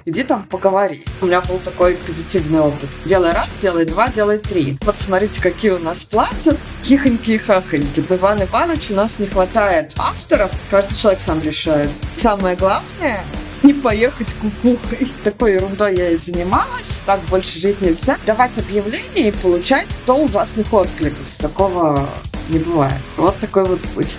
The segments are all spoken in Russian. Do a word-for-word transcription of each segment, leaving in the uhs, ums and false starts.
иди там поговори. У меня был такой позитивный опыт. Делай раз, делай два, делай три. Вот смотрите, какие у нас платят. Хихоньки и хахоньки. Иван Иванович, у нас не хватает авторов. Каждый человек сам решает. Самое главное — не поехать кукухой. Такой ерундой я и занималась. Так больше жить нельзя. Давать объявления и получать сто ужасных откликов. Такого не бывает. Вот такой вот путь.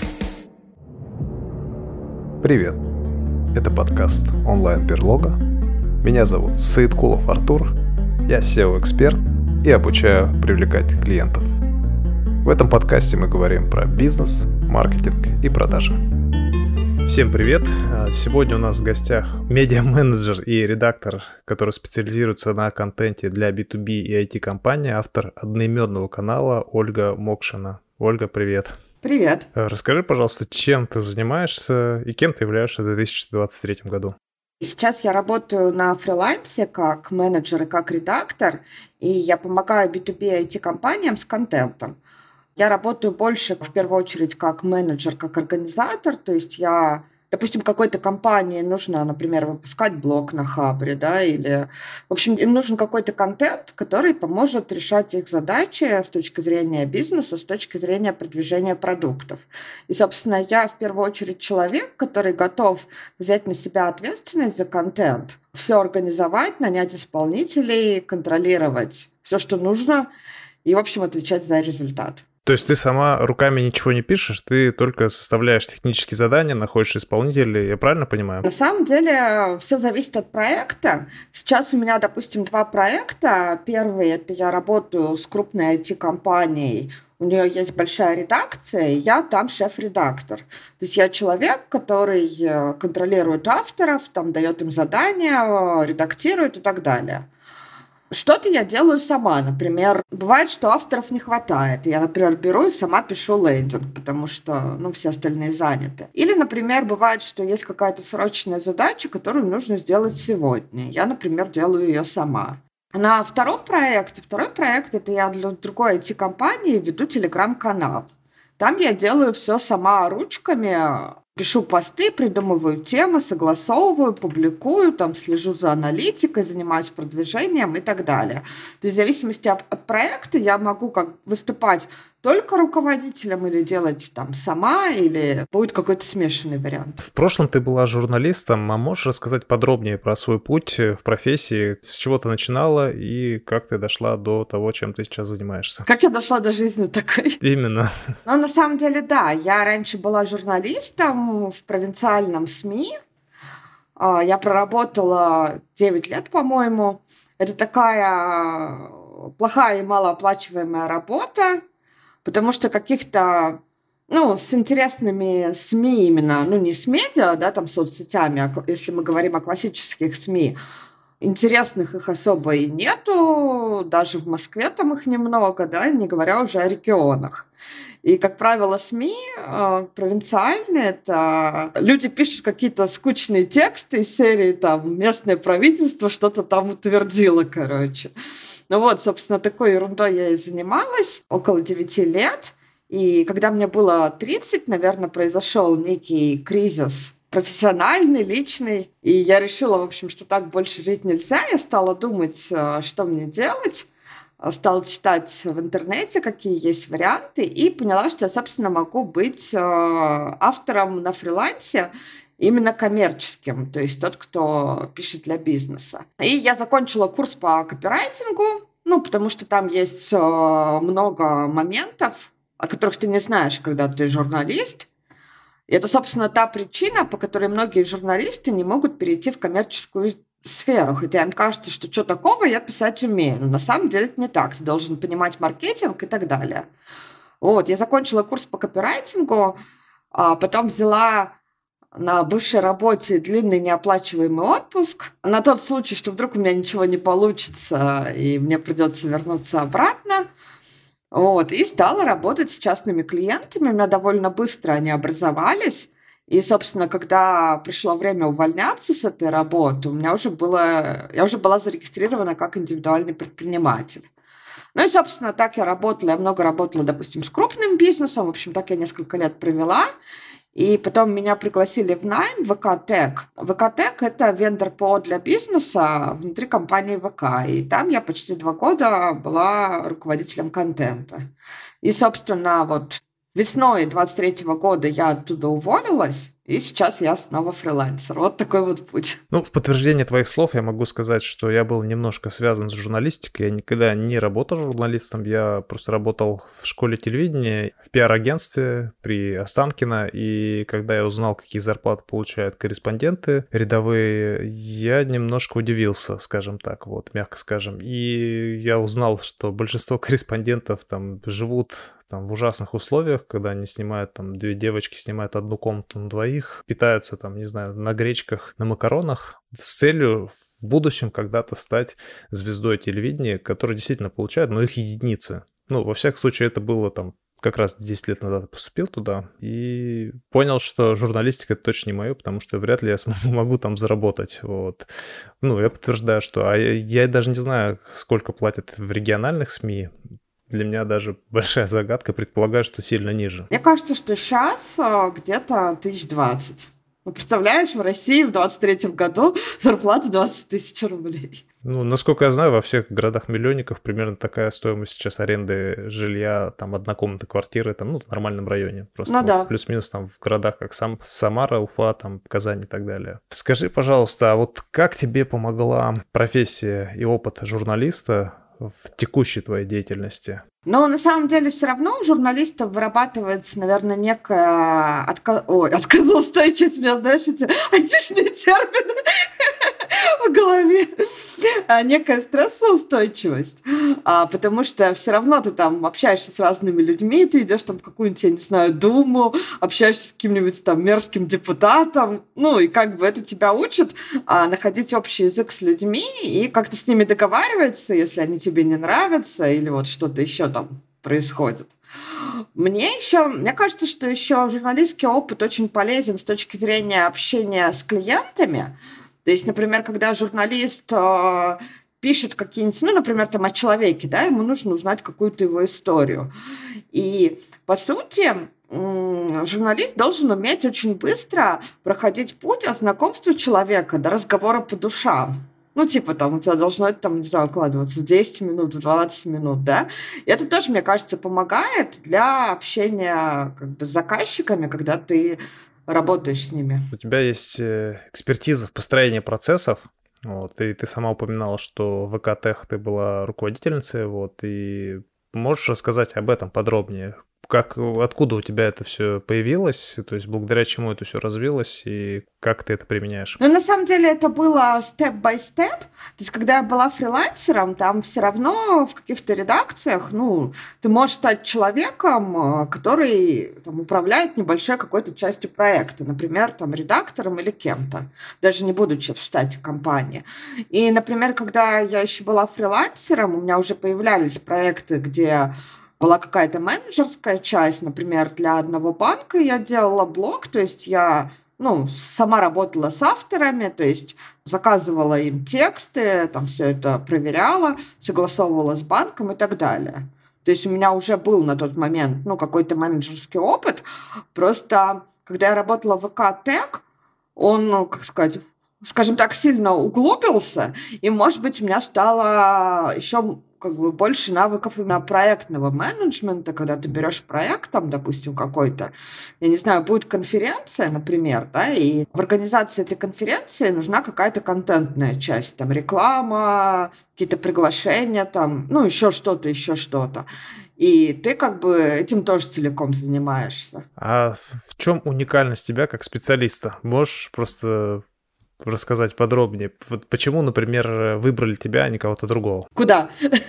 Привет. Это подкаст онлайн-берлога. Меня зовут Саидкулов Артур. Я сео-эксперт и обучаю привлекать клиентов. В этом подкасте мы говорим про бизнес, маркетинг и продажи. Всем привет! Сегодня у нас в гостях медиа-менеджер и редактор, который специализируется на контенте для би ту би и ай ти-компаний, автор одноименного канала Ольга Мокшина. Ольга, привет! Привет! Расскажи, пожалуйста, чем ты занимаешься и кем ты являешься в две тысячи двадцать третьем году? Сейчас я работаю на фрилансе как менеджер и как редактор, и я помогаю би ту би и ай ти-компаниям с контентом. Я работаю больше, в первую очередь, как менеджер, как организатор, то есть я... Допустим, какой-то компании нужно, например, выпускать блог на Хабре, да, или, в общем, им нужен какой-то контент, который поможет решать их задачи с точки зрения бизнеса, с точки зрения продвижения продуктов. И, собственно, я в первую очередь человек, который готов взять на себя ответственность за контент, все организовать, нанять исполнителей, контролировать все, что нужно, и, в общем, отвечать за результат. То есть ты сама руками ничего не пишешь, ты только составляешь технические задания, находишь исполнителей, я правильно понимаю? На самом деле все зависит от проекта. Сейчас у меня, допустим, два проекта. Первый — это я работаю с крупной ай ти-компанией, у нее есть большая редакция, и я там шеф-редактор. То есть я человек, который контролирует авторов, там дает им задания, редактирует и так далее. Что-то я делаю сама, например, бывает, что авторов не хватает. Я, например, беру и сама пишу лендинг, потому что, ну, все остальные заняты. Или, например, бывает, что есть какая-то срочная задача, которую нужно сделать сегодня. Я, например, делаю ее сама. На втором проекте, второй проект, это я для другой ай ти-компании веду телеграм-канал. Там я делаю все сама ручками, пишу посты, придумываю темы, согласовываю, публикую, там, слежу за аналитикой, занимаюсь продвижением и так далее. То есть в зависимости от, от проекта я могу как выступать только руководителем или делать там сама, или будет какой-то смешанный вариант. В прошлом ты была журналистом, а можешь рассказать подробнее про свой путь в профессии, с чего ты начинала и как ты дошла до того, чем ты сейчас занимаешься? Как я дошла до жизни такой? Именно. Ну, на самом деле, да, я раньше была журналистом в провинциальном СМИ. Я проработала девять лет, по-моему. Это такая плохая и малооплачиваемая работа, потому что каких-то, ну, с интересными СМИ именно, ну, не с медиа, да, там, соцсетями, а если мы говорим о классических СМИ, интересных их особо и нету, даже в Москве там их немного, да, не говоря уже о регионах. И, как правило, СМИ э, провинциальные, это люди пишут какие-то скучные тексты из серии, там, местное правительство что-то там утвердило, короче. Ну вот, собственно, такой ерундой я и занималась около девяти лет. И когда мне было тридцать, наверное, произошел некий кризис профессиональный, личный. И я решила, в общем, что так больше жить нельзя. Я стала думать, что мне делать. Стала читать в интернете, какие есть варианты, и поняла, что я, собственно, могу быть автором на фрилансе, именно коммерческим, то есть тот, кто пишет для бизнеса. И я закончила курс по копирайтингу, ну, потому что там есть много моментов, о которых ты не знаешь, когда ты журналист. И это, собственно, та причина, по которой многие журналисты не могут перейти в коммерческую сферу, хотя им кажется, что что такого я писать умею. Но на самом деле это не так. Ты должен понимать маркетинг и так далее. Вот, я закончила курс по копирайтингу, а потом взяла на бывшей работе длинный неоплачиваемый отпуск на тот случай, что вдруг у меня ничего не получится и мне придется вернуться обратно. Вот, и стала работать с частными клиентами. У меня довольно быстро они образовались. И, собственно, когда пришло время увольняться с этой работы, у меня уже было, я уже была зарегистрирована как индивидуальный предприниматель. Ну и, собственно, так я работала. Я много работала, допустим, с крупным бизнесом. В общем, так я несколько лет провела. И потом меня пригласили в найм в ВК-Тек. ВК-Тек — это вендор ПО для бизнеса внутри компании ВК. И там я почти два года была руководителем контента. И, собственно, вот весной двадцать третьего года я оттуда уволилась, и сейчас я снова фрилансер. Вот такой вот путь. Ну, в подтверждение твоих слов я могу сказать, что я был немножко связан с журналистикой. Я никогда не работал журналистом, я просто работал в школе телевидения, в пиар-агентстве при Останкино, и когда я узнал, какие зарплаты получают корреспонденты рядовые, я немножко удивился, скажем так, вот, мягко скажем. И я узнал, что большинство корреспондентов там живут там в ужасных условиях, когда они снимают, там, две девочки снимают одну комнату на двоих, питаются, там, не знаю, на гречках, на макаронах, с целью в будущем когда-то стать звездой телевидения, которая действительно получает, но их единицы. Ну, во всяком случае, это было там как раз десять лет назад я поступил туда и понял, что журналистика — это точно не мое, потому что вряд ли я смогу, могу там заработать. Вот. Ну, я подтверждаю, что... А я, я даже не знаю, сколько платят в региональных СМИ. Для меня даже большая загадка, предполагаю, что сильно ниже. Мне кажется, что сейчас где-то тысяч двадцать. Ну, представляешь, в России в двадцать третьем году зарплата двадцать тысяч рублей. Ну, насколько я знаю, во всех городах-миллионниках примерно такая стоимость сейчас аренды жилья, там, однокомнатной квартиры, там, ну, в нормальном районе. Просто ну, вот да. Плюс-минус там в городах, как сам Самара, Уфа, там, Казань и так далее. Скажи, пожалуйста, а вот как тебе помогла профессия и опыт журналиста в текущей твоей деятельности? Но на самом деле все равно у журналистов вырабатывается, наверное, некая отка... Ой, отказоустойчивость, у меня, знаешь, эти айтишные термины в голове. Некая стрессоустойчивость. А, потому что все равно ты там общаешься с разными людьми, ты идешь там в какую-нибудь, я не знаю, думу, общаешься с каким-нибудь там мерзким депутатом, ну и как бы это тебя учит а, находить общий язык с людьми и как-то с ними договариваться, если они тебе не нравятся или вот что-то еще там происходит. Мне еще, мне кажется, что еще журналистский опыт очень полезен с точки зрения общения с клиентами. То есть, например, когда журналист э, пишет какие-нибудь, ну, например, там о человеке, да, ему нужно узнать какую-то его историю. И, по сути, м- журналист должен уметь очень быстро проходить путь от знакомства человека до разговора по душам. Ну, типа, там, у тебя должно это, там, не знаю, укладываться в десять минут, в двадцать минут, да. И это тоже, мне кажется, помогает для общения как бы с заказчиками, когда ты работаешь с ними. У тебя есть экспертиза в построении процессов. Вот, и ты сама упоминала, что в ВК-Тек ты была руководительницей, вот, и можешь рассказать об этом подробнее? Как, откуда у тебя это все появилось, то есть благодаря чему это все развилось, и как ты это применяешь? Ну, на самом деле, это было степ-бай-степ. То есть, когда я была фрилансером, там все равно в каких-то редакциях, ну, ты можешь стать человеком, который там, управляет небольшой какой-то частью проекта, например, там, редактором или кем-то, даже не будучи в штате компании. И, например, когда я еще была фрилансером, у меня уже появлялись проекты, где была какая-то менеджерская часть, например, для одного банка я делала блог, то есть я ну, сама работала с авторами, то есть заказывала им тексты, там все это проверяла, согласовывала с банком и так далее. То есть у меня уже был на тот момент ну, какой-то менеджерский опыт, просто когда я работала в ВК-Тек, он, ну, как сказать, скажем так, сильно углубился, и, может быть, у меня стало еще как бы больше навыков именно проектного менеджмента, когда ты берешь проект, там, допустим, какой-то, я не знаю, будет конференция, например, да, и в организации этой конференции нужна какая-то контентная часть, там, реклама, какие-то приглашения, там, ну, еще что-то, еще что-то. И ты как бы этим тоже целиком занимаешься. А в чем уникальность тебя как специалиста? Можешь просто рассказать подробнее? Вот почему, например, выбрали тебя, а не кого-то другого? Куда?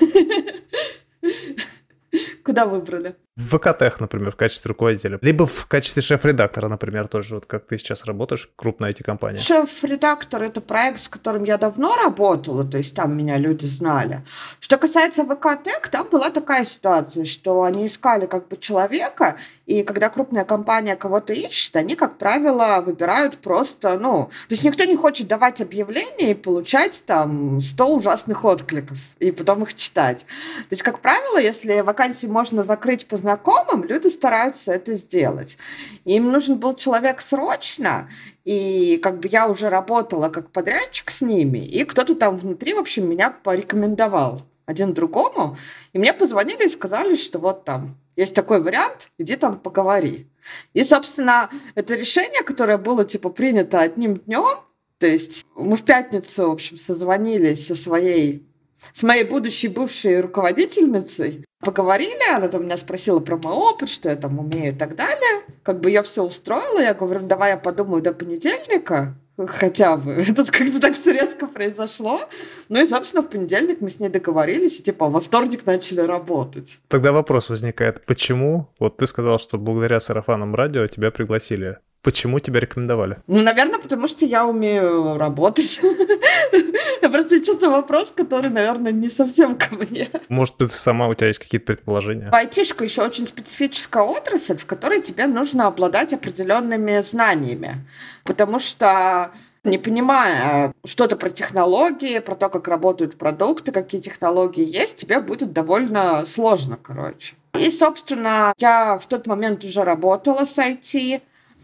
Куда выбрали? В ВК-Тек, например, в качестве руководителя. Либо в качестве шеф-редактора, например, тоже, вот как ты сейчас работаешь, крупная ай ти-компания. Шеф-редактор — это проект, с которым я давно работала, то есть там меня люди знали. Что касается ВК-Тек, там была такая ситуация, что они искали как бы человека, и когда крупная компания кого-то ищет, они, как правило, выбирают просто, ну, то есть никто не хочет давать объявление и получать там сто ужасных откликов, и потом их читать. То есть, как правило, если вакансию можно закрыть по знакомым, люди стараются это сделать. И им нужен был человек срочно, и как бы я уже работала как подрядчик с ними, и кто-то там внутри, в общем, меня порекомендовал один другому, и мне позвонили и сказали, что вот там есть такой вариант, иди там поговори. И, собственно, это решение, которое было типа принято одним днем, то есть мы в пятницу, в общем, созвонились со своей, с моей будущей бывшей руководительницей, поговорили, она там меня спросила про мой опыт, что я там умею и так далее. Как бы я все устроила, я говорю, ну, давай я подумаю до понедельника, хотя бы. Тут как-то так все резко произошло. Ну и, собственно, в понедельник мы с ней договорились, и типа во вторник начали работать. Тогда вопрос возникает, почему, вот ты сказал, что благодаря сарафанному радио тебя пригласили. Почему тебя рекомендовали? Ну, наверное, потому что я умею работать. Я просто чувствую вопрос, который, наверное, не совсем ко мне. Может быть, сама у тебя есть какие-то предположения? Айтишка еще очень специфическая отрасль, в которой тебе нужно обладать определенными знаниями. Потому что, не понимая что-то про технологии, про то, как работают продукты, какие технологии есть, тебе будет довольно сложно, короче. И, собственно, я в тот момент уже работала с ай ти,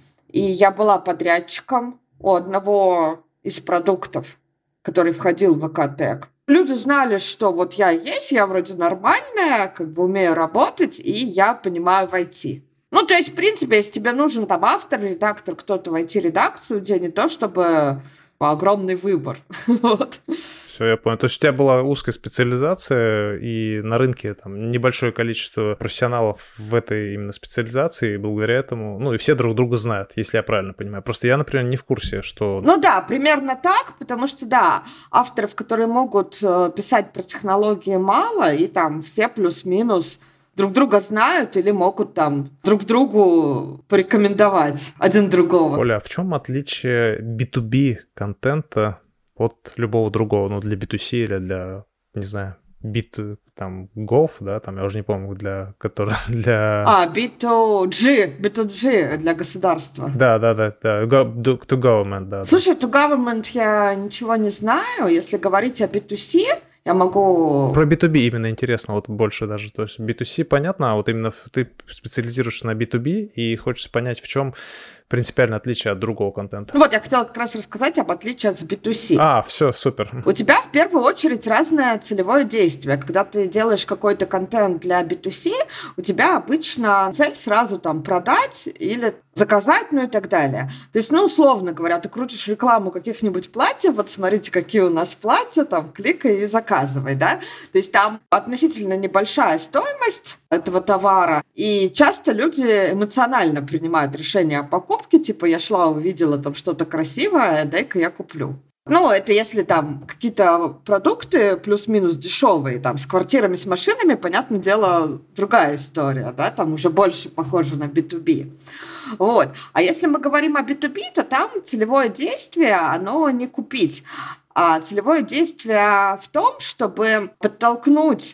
и я была подрядчиком у одного из продуктов, который входил в ВК-тег. Люди знали, что вот я есть, я вроде нормальная, как бы умею работать, и я понимаю в ай ти. Ну, то есть, в принципе, если тебе нужен там автор, редактор, кто-то в ай ти-редакцию, где не то, чтобы огромный выбор. Вот. Все, я понял. То есть у тебя была узкая специализация, и на рынке там небольшое количество профессионалов в этой именно специализации, и благодаря этому, ну, и все друг друга знают, если я правильно понимаю. Просто я, например, не в курсе, что... Ну да, примерно так, потому что, да, авторов, которые могут писать про технологии, мало, и там все плюс-минус друг друга знают или могут там друг другу порекомендовать один другого. Оля, а в чем отличие би ту би контента от любого другого, ну, для би ту си или для, не знаю, би ту, там, гов, да, там, я уже не помню, для которого, для... А, би ту джи, би ту джи для государства. Да, да, да, да, to government, да. Слушай, to government я ничего не знаю, если говорить о би ту си, я могу... Про би ту би именно интересно, вот больше даже, то есть би ту си понятно, а вот именно ты специализируешься на би ту би и хочется понять, в чем принципиальное отличие от другого контента. Вот, я хотела как раз рассказать об отличиях с би ту си. А, все, супер. У тебя в первую очередь разное целевое действие. Когда ты делаешь какой-то контент для би ту си, у тебя обычно цель сразу там продать или заказать, ну и так далее. То есть, ну, условно говоря, ты крутишь рекламу каких-нибудь платьев, вот смотрите, какие у нас платья, там, кликай и заказывай, да. То есть там относительно небольшая стоимость этого товара, и часто люди эмоционально принимают решение о покупке, типа, я шла, увидела там что-то красивое, дай-ка я куплю. Ну, это если там какие-то продукты плюс-минус дешевые, там, с квартирами, с машинами, понятное дело, другая история, да, там уже больше похоже на би ту би. Вот. А если мы говорим о би ту би, то там целевое действие, оно не купить, а целевое действие в том, чтобы подтолкнуть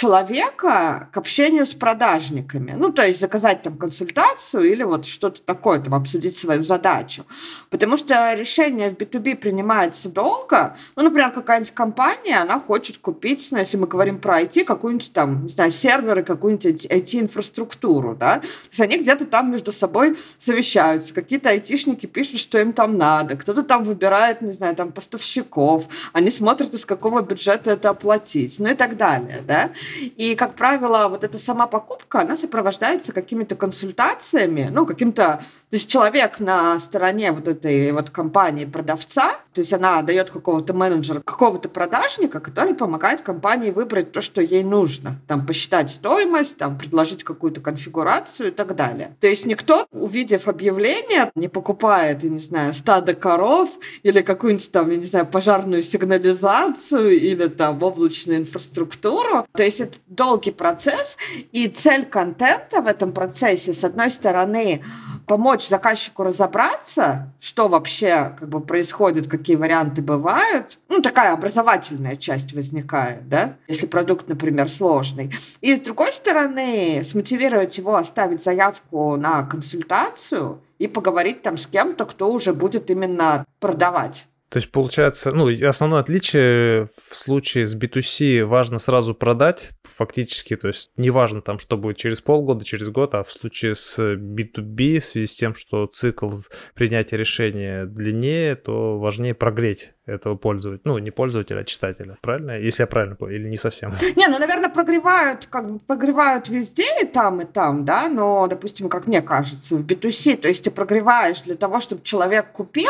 человека к общению с продажниками. Ну, то есть заказать там консультацию или вот что-то такое, там, обсудить свою задачу. Потому что решение в би ту би принимается долго. Ну, например, какая-нибудь компания, она хочет купить, ну, если мы говорим про ай ти, какую-нибудь там, не знаю, серверы, какую-нибудь ай ти-инфраструктуру, да. То есть они где-то там между собой совещаются. Какие-то айтишники пишут, что им там надо. Кто-то там выбирает, не знаю, там поставщиков. Они смотрят, из какого бюджета это оплатить. Ну и так далее, да. И, как правило, вот эта сама покупка, она сопровождается какими-то консультациями, ну, каким-то... То есть человек на стороне вот этой вот компании продавца, то есть она дает какого-то менеджера, какого-то продажника, который помогает компании выбрать то, что ей нужно. Там, посчитать стоимость, там, предложить какую-то конфигурацию и так далее. То есть никто, увидев объявление, не покупает, я не знаю, стадо коров или какую-нибудь там, я не знаю, пожарную сигнализацию или там облачную инфраструктуру. То есть это долгий процесс, и цель контента в этом процессе, с одной стороны, помочь заказчику разобраться, что вообще как бы происходит, какие варианты бывают. Ну, такая образовательная часть возникает, да, если продукт, например, сложный. И с другой стороны, смотивировать его оставить заявку на консультацию и поговорить там с кем-то, кто уже будет именно продавать. То есть, получается, ну, основное отличие в случае с би ту си важно сразу продать фактически, то есть неважно там, что будет через полгода, через год, а в случае с би ту би в связи с тем, что цикл принятия решения длиннее, то важнее прогреть этого пользователя, ну, не пользователя, а читателя, правильно? Если я правильно понял, или не совсем? Не, ну, наверное, прогревают, как бы прогревают везде и там, и там, да, но, допустим, как мне кажется, в би ту си, то есть ты прогреваешь для того, чтобы человек купил,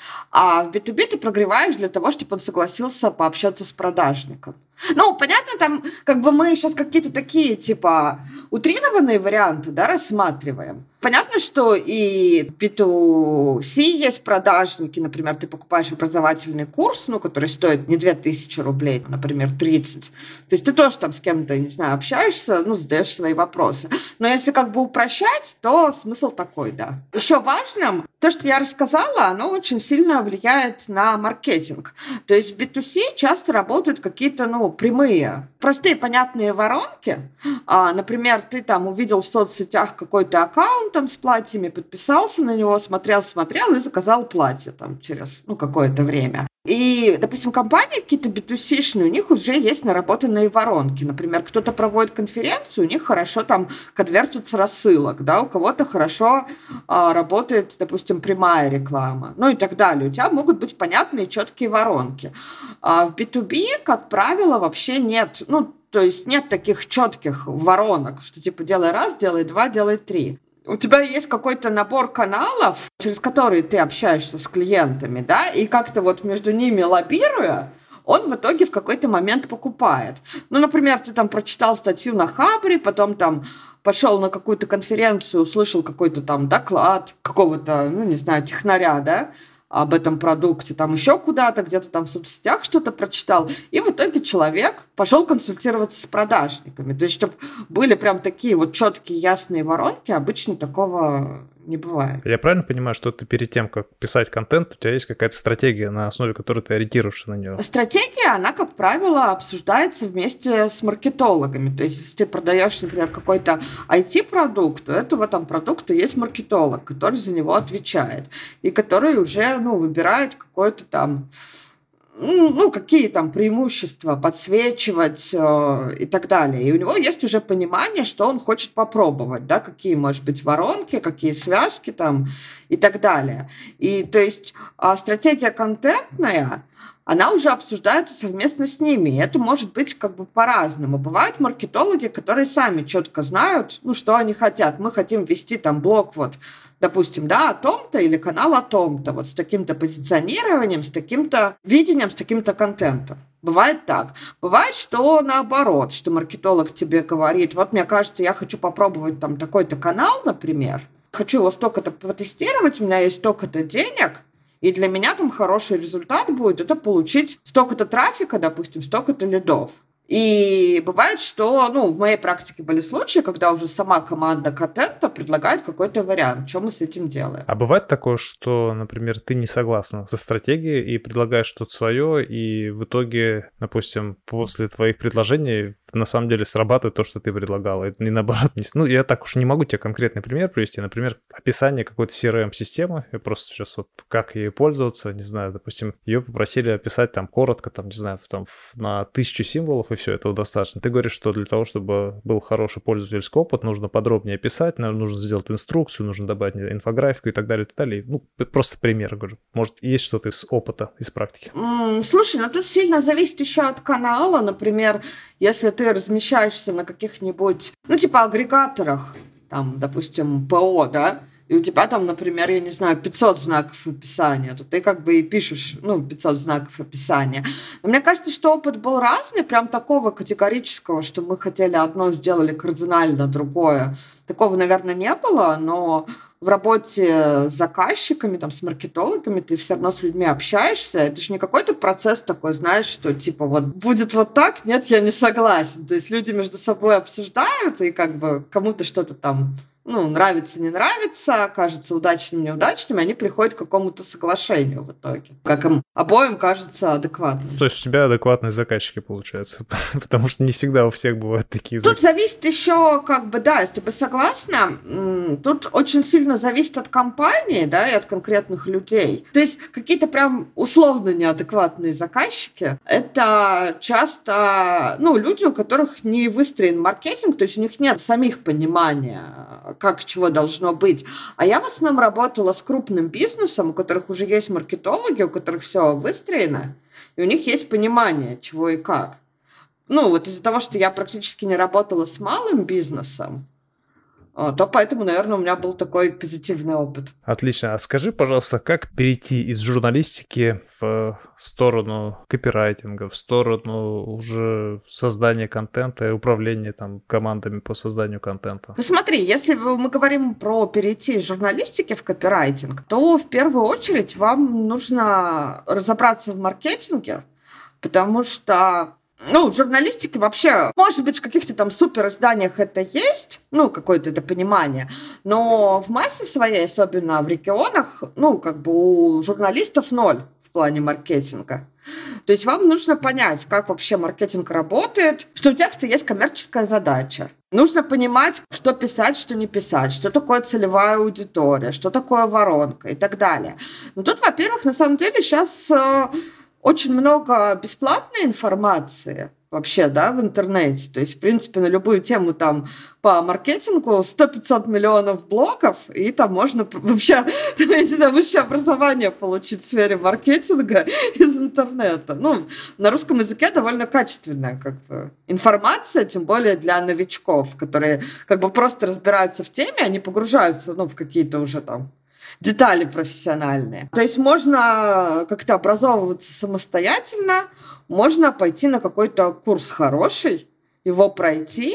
а в би ту би ты прогреваешь для того, чтобы он согласился пообщаться с продажником. Ну, понятно, там как бы мы сейчас какие-то такие, типа, утрированные варианты, да, рассматриваем. Понятно, что и в би ту си есть продажники, например, ты покупаешь образовательный курс, ну, который стоит не две тысячи рублей, а, например, тридцать. То есть ты тоже там с кем-то, не знаю, общаешься, ну, задаешь свои вопросы. Но если как бы упрощать, то смысл такой, да. Еще важным, то, что я рассказала, оно очень сильно влияет на маркетинг. То есть в би ту си часто работают какие-то, ну, прямые, простые, понятные воронки. А, например, ты там увидел в соцсетях какой-то аккаунт там с платьями, подписался на него, смотрел, смотрел и заказал платье там через, ну, какое-то время. И, допустим, компании какие-то би ту си-шные, у них уже есть наработанные воронки. Например, кто-то проводит конференцию, у них хорошо там конвертится рассылок, да, у кого-то хорошо а, работает, допустим, прямая реклама, ну и так далее. У тебя могут быть понятные четкие воронки. А в би ту би, как правило, вообще нет, ну, то есть нет таких четких воронок, что типа делай раз, делай два, делай три. У тебя есть какой-то набор каналов, через которые ты общаешься с клиентами, да, и как-то вот между ними лоббируя, он в итоге в какой-то момент покупает. Ну, например, ты там прочитал статью на Хабре, потом там пошел на какую-то конференцию, услышал какой-то там доклад какого-то, ну, не знаю, технаря, да, об этом продукте, там еще куда-то, где-то там в соцсетях что-то прочитал, и в итоге человек пошел консультироваться с продажниками. То есть, чтобы были прям такие вот четкие, ясные воронки, обычно такого не бывает. Я правильно понимаю, что ты перед тем, как писать контент, у тебя есть какая-то стратегия, на основе которой ты ориентируешься на нее? Стратегия, она, как правило, обсуждается вместе с маркетологами. То есть, если ты продаешь, например, какой-то ай ти-продукт, у этого там продукта есть маркетолог, который за него отвечает, и который уже, ну, выбирает какой-то там, ну, какие там преимущества подсвечивать э, и так далее. И у него есть уже понимание, что он хочет попробовать, да, какие, может быть, воронки, какие связки там и так далее. И то есть э, стратегия контентная, она уже обсуждается совместно с ними. И это может быть как бы по-разному. Бывают маркетологи, которые сами четко знают, ну, что они хотят. Мы хотим вести там блог, вот, допустим, да, о том-то или канал о том-то, вот с таким-то позиционированием, с таким-то видением, с таким-то контентом. Бывает так. Бывает, что наоборот, что маркетолог тебе говорит, вот, мне кажется, я хочу попробовать там такой-то канал, например, хочу его столько-то протестировать, у меня есть столько-то денег, и для меня там хороший результат будет, это получить столько-то трафика, допустим, столько-то лидов. И бывает, что, ну, в моей практике были случаи, когда уже сама команда контента предлагает какой-то вариант, что мы с этим делаем. А бывает такое, что, например, ты не согласна со стратегией и предлагаешь что-то свое, и в итоге, допустим, после твоих предложений на самом деле срабатывает то, что ты предлагала. Это не наоборот. Не... Ну, я так уж не могу тебе конкретный пример привести. Например, описание какой-то си ар эм-системы. Я просто сейчас вот как ей пользоваться, не знаю, допустим, ее попросили описать там коротко, там, не знаю, там на тысячу символов, и все, этого достаточно. Ты говоришь, что для того, чтобы был хороший пользовательский опыт, нужно подробнее описать, нужно сделать инструкцию, нужно добавить инфографику и так далее, и так далее. Ну, это просто пример, говорю. Может, есть что-то из опыта, из практики? Mm, слушай, ну тут сильно зависит еще от канала. Например, если ты размещаешься на каких-нибудь, ну, типа агрегаторах, там, допустим, ПО, да, и у тебя там, например, я не знаю, пятьсот знаков описания, то ты как бы и пишешь, ну, пятьсот знаков описания. Но мне кажется, что опыт был разный, прям такого категорического, что мы хотели одно, сделали кардинально другое. Такого, наверное, не было, но в работе с заказчиками, там, с маркетологами ты все равно с людьми общаешься. Это же не какой-то процесс такой, знаешь, что типа вот будет вот так, нет, я не согласен. То есть люди между собой обсуждают, и как бы кому-то что-то там, ну, нравится, не нравится, кажется удачным, неудачным, и они приходят к какому-то соглашению в итоге, как им обоим кажется адекватным. То есть у тебя адекватные заказчики, получается, потому что не всегда у всех бывают такие заказчики. Тут заказчики. зависит еще, как бы, да, если бы согласна, тут очень сильно зависит от компании, да, и от конкретных людей. То есть какие-то прям условно неадекватные заказчики, это часто, ну, люди, у которых не выстроен маркетинг, то есть у них нет самих понимания, как чего должно быть. А я в основном работала с крупным бизнесом, у которых уже есть маркетологи, у которых все выстроено, и у них есть понимание, чего и как. Ну, вот из-за того, что я практически не работала с малым бизнесом, то поэтому, наверное, у меня был такой позитивный опыт. Отлично. А скажи, пожалуйста, как перейти из журналистики в сторону копирайтинга, в сторону уже создания контента и управления там командами по созданию контента? Ну смотри, если мы говорим про перейти из журналистики в копирайтинг, то в первую очередь вам нужно разобраться в маркетинге, потому что ну, в журналистике вообще, может быть, в каких-то там супер изданиях это есть, ну, какое-то это понимание, но в массе своей, особенно в регионах, ну, как бы у журналистов ноль в плане маркетинга. То есть вам нужно понять, как вообще маркетинг работает, что у текста есть коммерческая задача. Нужно понимать, что писать, что не писать, что такое целевая аудитория, что такое воронка и так далее. Но тут, во-первых, на самом деле сейчас очень много бесплатной информации вообще, да, в интернете. То есть, в принципе, на любую тему там по маркетингу сто-пятьсот миллионов блогов, и там можно вообще, не знаю, высшее образование получить в сфере маркетинга из интернета. Ну, на русском языке довольно качественная как бы информация, тем более для новичков, которые как бы просто разбираются в теме, они погружаются, ну, в какие-то уже там детали профессиональные. То есть можно как-то образовываться самостоятельно, можно пойти на какой-то курс хороший, его пройти,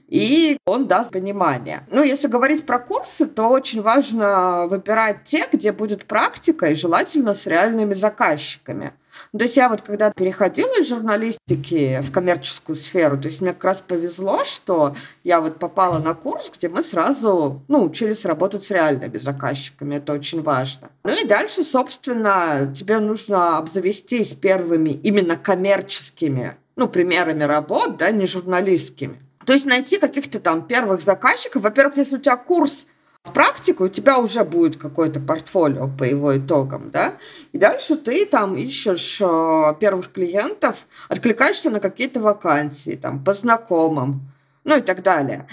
и он даст понимание. Ну, если говорить про курсы, то очень важно выбирать те, где будет практика, и желательно с реальными заказчиками. То есть я вот когда переходила из журналистики в коммерческую сферу, то есть мне как раз повезло, что я вот попала на курс, где мы сразу, ну, учились работать с реальными заказчиками, это очень важно. Ну и дальше, собственно, тебе нужно обзавестись первыми именно коммерческими, ну, примерами работ, да, не журналистскими. То есть найти каких-то там первых заказчиков. Во-первых, если у тебя курс в практику, у тебя уже будет какое-то портфолио по его итогам, да, и дальше ты там ищешь первых клиентов, откликаешься на какие-то вакансии, там, по знакомым, ну и так далее.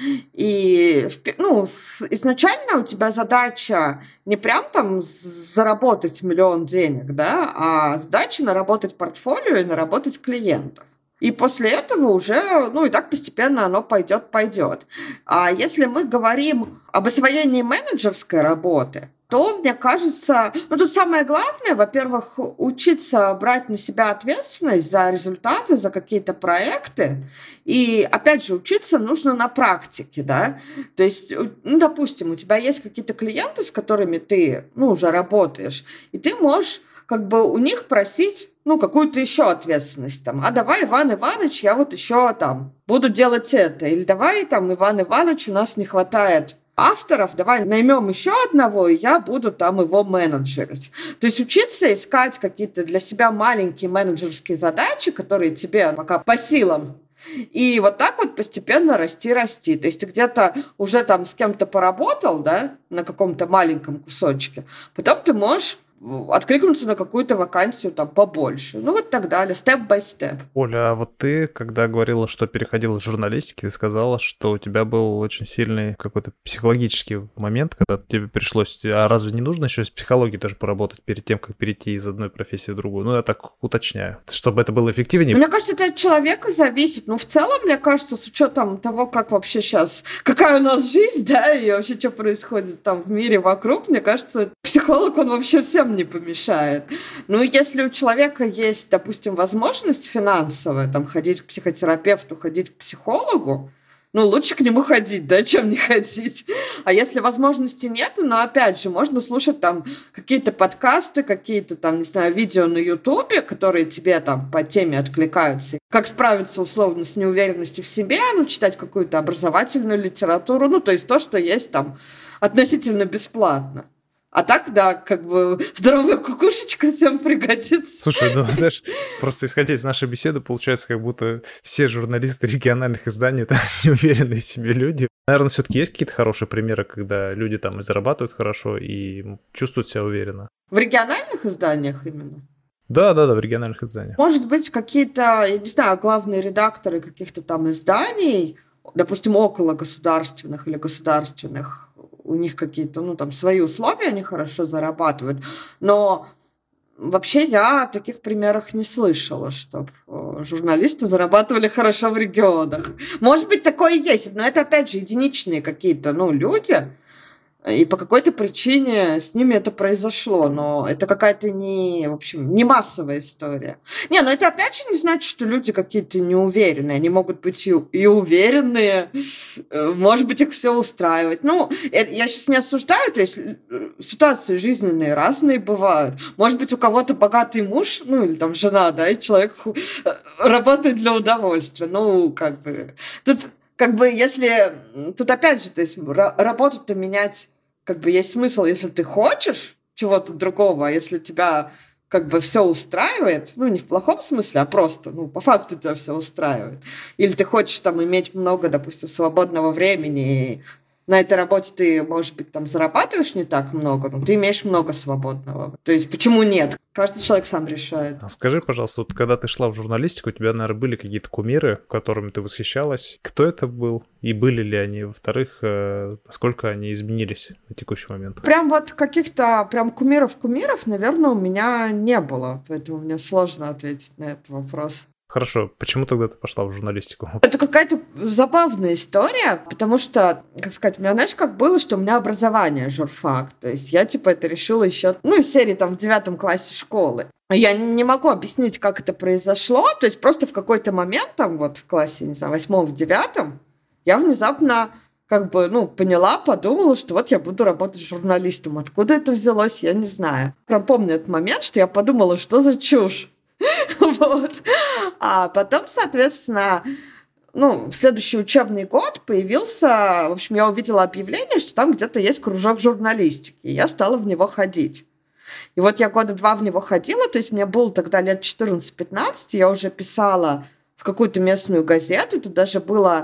И, ну, изначально у тебя задача не прям там заработать миллион денег, да, а задача наработать портфолио и наработать клиентов. И после этого уже, ну и так постепенно оно пойдет, пойдет. А если мы говорим об освоении менеджерской работы, то, мне кажется, ну тут самое главное, во-первых, учиться брать на себя ответственность за результаты, за какие-то проекты. И, опять же, учиться нужно на практике, да. То есть, ну, допустим, у тебя есть какие-то клиенты, с которыми ты, ну, уже работаешь, и ты можешь как бы у них просить, ну, какую-то еще ответственность, там, а давай, Иван Иванович, я вот еще там буду делать это, или давай, там, Иван Иванович, у нас не хватает авторов, давай наймем еще одного, и я буду там его менеджерить. То есть учиться искать какие-то для себя маленькие менеджерские задачи, которые тебе пока по силам, и вот так вот постепенно расти, расти. То есть ты где-то уже там с кем-то поработал, да, на каком-то маленьком кусочке, потом ты можешь откликнуться на какую-то вакансию там побольше. Ну вот так далее, степ-бай-степ. Оля, а вот ты, когда говорила, что переходила из журналистики, ты сказала, что у тебя был очень сильный какой-то психологический момент, когда тебе пришлось... А разве не нужно еще с психологией тоже поработать перед тем, как перейти из одной профессии в другую? Ну, я так уточняю, чтобы это было эффективнее. Мне кажется, это от человека зависит. Ну, в целом, мне кажется, с учетом того, как вообще сейчас... Какая у нас жизнь, да, и вообще, что происходит там в мире вокруг, мне кажется, психолог, он вообще всем не помешает. Ну, если у человека есть, допустим, возможность финансовая, там, ходить к психотерапевту, ходить к психологу, ну, лучше к нему ходить, да, чем не ходить. А если возможности нет, ну, опять же, можно слушать там какие-то подкасты, какие-то там, не знаю, видео на Ютубе, которые тебе там по теме откликаются. Как справиться условно с неуверенностью в себе, ну, читать какую-то образовательную литературу, ну, то есть то, что есть там относительно бесплатно. А так, да, как бы здоровая кукушечка всем пригодится. Слушай, ну, знаешь, просто исходя из нашей беседы, получается, как будто все журналисты региональных изданий — это неуверенные в себе люди. Наверное, все-таки есть какие-то хорошие примеры, когда люди там и зарабатывают хорошо, и чувствуют себя уверенно? В региональных изданиях именно? Да, да, да, в региональных изданиях. Может быть, какие-то, я не знаю, главные редакторы каких-то там изданий, допустим, около государственных или государственных, у них какие-то, ну, там, свои условия, они хорошо зарабатывают. Но вообще я о таких примерах не слышала, чтобы журналисты зарабатывали хорошо в регионах. Может быть, такое и есть, но это, опять же, единичные какие-то, ну, люди, и по какой-то причине с ними это произошло, но это какая-то не, в общем, не массовая история. Не, но это опять же не значит, что люди какие-то неуверенные. Они могут быть и, и уверенные, может быть, их все устраивать. Ну, я сейчас не осуждаю, то есть ситуации жизненные разные бывают. Может быть, у кого-то богатый муж, ну, или там жена, да, и человек работает для удовольствия. Ну, как бы... Тут... Как бы, если... Тут опять же, то есть работу-то менять, как бы, есть смысл, если ты хочешь чего-то другого, а если тебя, как бы, все устраивает, ну, не в плохом смысле, а просто, ну, по факту тебя все устраивает. Или ты хочешь, там, иметь много, допустим, свободного времени, и на этой работе ты, может быть, там, зарабатываешь не так много, но ты имеешь много свободного. То есть, почему нет? Каждый человек сам решает. А скажи, пожалуйста, вот когда ты шла в журналистику, у тебя, наверное, были какие-то кумиры, которыми ты восхищалась. Кто это был? И были ли они? Во-вторых, насколько они изменились на текущий момент? Прям вот каких-то прям кумиров-кумиров, наверное, у меня не было. Поэтому мне сложно ответить на этот вопрос. Хорошо, почему тогда ты пошла в журналистику? Это какая-то забавная история, потому что, как сказать, у меня, знаешь, как было, что у меня образование журфак, то есть я, типа, это решила еще, ну, из серии, там, в девятом классе школы. Я не могу объяснить, как это произошло, то есть просто в какой-то момент, там, вот в классе, не знаю, восьмом, в девятом, я внезапно, как бы, ну, поняла, подумала, что вот я буду работать журналистом. Откуда это взялось, я не знаю. Прям помню этот момент, что я подумала, что за чушь. Вот. А потом, соответственно, ну, в следующий учебный год появился, в общем, я увидела объявление, что там где-то есть кружок журналистики, и я стала в него ходить. И вот я года два в него ходила, то есть мне было тогда лет четырнадцать-пятнадцать, я уже писала в какую-то местную газету, это даже было,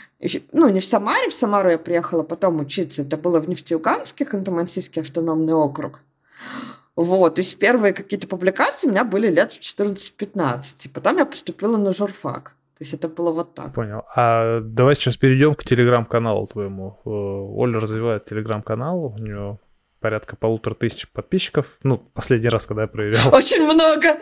ну, не в Самаре, в Самару я приехала потом учиться, это было в Нефтеюганске, Ханты-Мансийский автономный округ. Вот, то есть первые какие-то публикации у меня были лет в четырнадцать-пятнадцать, и потом я поступила на журфак. То есть это было вот так. Понял. А давай сейчас перейдем к телеграм-каналу твоему. Оля развивает телеграм-канал, у нее порядка полутора тысяч подписчиков. Ну, последний раз, когда я проверял. Очень много!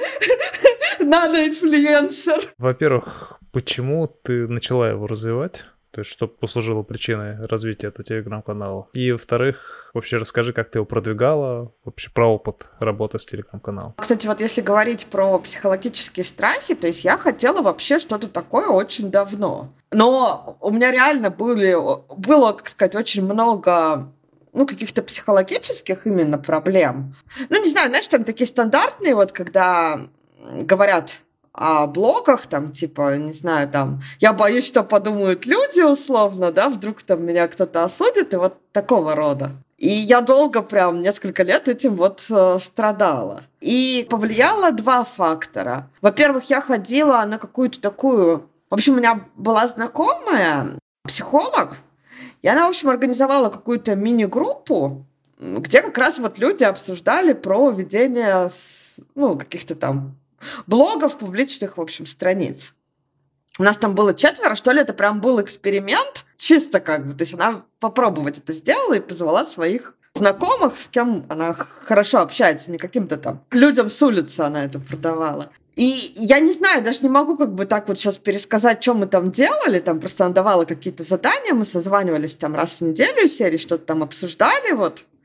Нано-инфлюенсер! Во-первых, почему ты начала его развивать? То есть, что послужило причиной развития этого телеграм-канала? И, во-вторых, вообще расскажи, как ты его продвигала, вообще про опыт работы с телеграм-каналом. Кстати, вот если говорить про психологические страхи, то есть я хотела вообще что-то такое очень давно. Но у меня реально были, было, как сказать, очень много, ну, каких-то психологических именно проблем. Ну, не знаю, знаешь, там такие стандартные, вот когда говорят о блогах, там, типа, не знаю, там, я боюсь, что подумают люди, условно, да, вдруг там меня кто-то осудит, и вот такого рода. И я долго, прям несколько лет этим вот э, страдала. И повлияло два фактора. Во-первых, я ходила на какую-то такую... В общем, у меня была знакомая, психолог, и она, в общем, организовала какую-то мини-группу, где как раз вот люди обсуждали про ведение, ну, каких-то там блогов, публичных, в общем, страниц. У нас там было четверо, что ли, это прям был эксперимент, чисто как бы, то есть она попробовать это сделала и позвала своих знакомых, с кем она хорошо общается, не каким-то там людям с улицы она это продавала. И я не знаю, даже не могу как бы так вот сейчас пересказать, что мы там делали, там просто она давала какие-то задания, мы созванивались там раз в неделю из серии, что-то там обсуждали, вот.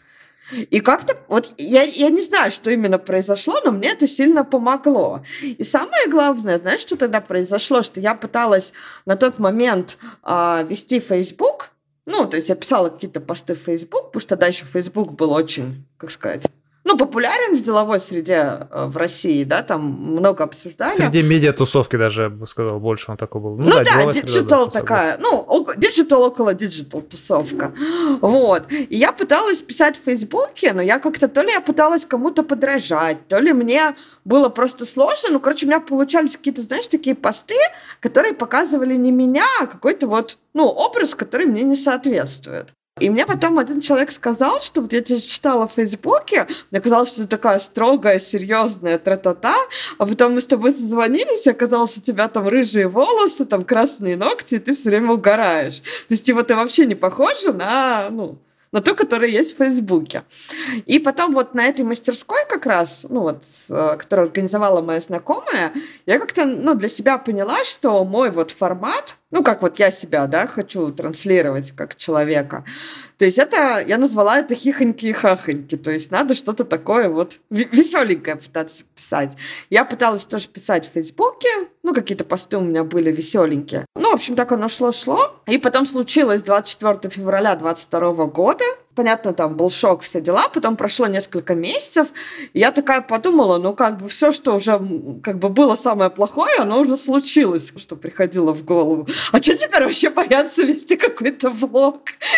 И как-то, вот я, я не знаю, что именно произошло, но мне это сильно помогло. И самое главное, знаешь, что тогда произошло, что я пыталась на тот момент э, вести Facebook, ну, то есть я писала какие-то посты в Facebook, потому что тогда еще Facebook был очень, как сказать, ну, популярен в деловой среде э, в России, да, там много обсуждали. Среди медиа-тусовки даже, я бы сказал, больше он такой был. Ну, ну да, диджитал да, такая, ну, диджитал около диджитал тусовка. Вот. И я пыталась писать в Фейсбуке, но я как-то, то ли я пыталась кому-то подражать, то ли мне было просто сложно. Ну, короче, у меня получались какие-то, знаешь, такие посты, которые показывали не меня, а какой-то вот, ну, образ, который мне не соответствует. И мне потом один человек сказал, что вот я тебя читала в Фейсбуке, мне казалось, что ты такая строгая, серьезная, тра-та-та, а потом мы с тобой созвонились, и оказалось, у тебя там рыжие волосы, там красные ногти, и ты все время угораешь. То есть, типа, ты вообще не похожа на, ну, на ту, которая есть в Фейсбуке. И потом вот на этой мастерской как раз, ну вот, которую организовала моя знакомая, я как-то, ну, для себя поняла, что мой вот формат, ну, как вот я себя, да, хочу транслировать как человека, то есть это, я назвала это хихоньки и хахоньки, то есть надо что-то такое вот веселенькое пытаться писать. Я пыталась тоже писать в Фейсбуке, ну, какие-то посты у меня были веселенькие. Ну, в общем, так оно шло-шло. И потом случилось двадцать четвёртого февраля двадцать второго года. Понятно, там был шок, все дела. Потом прошло несколько месяцев. И я такая подумала, ну, как бы все, что уже как бы было самое плохое, оно уже случилось, что приходило в голову. А что теперь вообще бояться вести какой-то влог?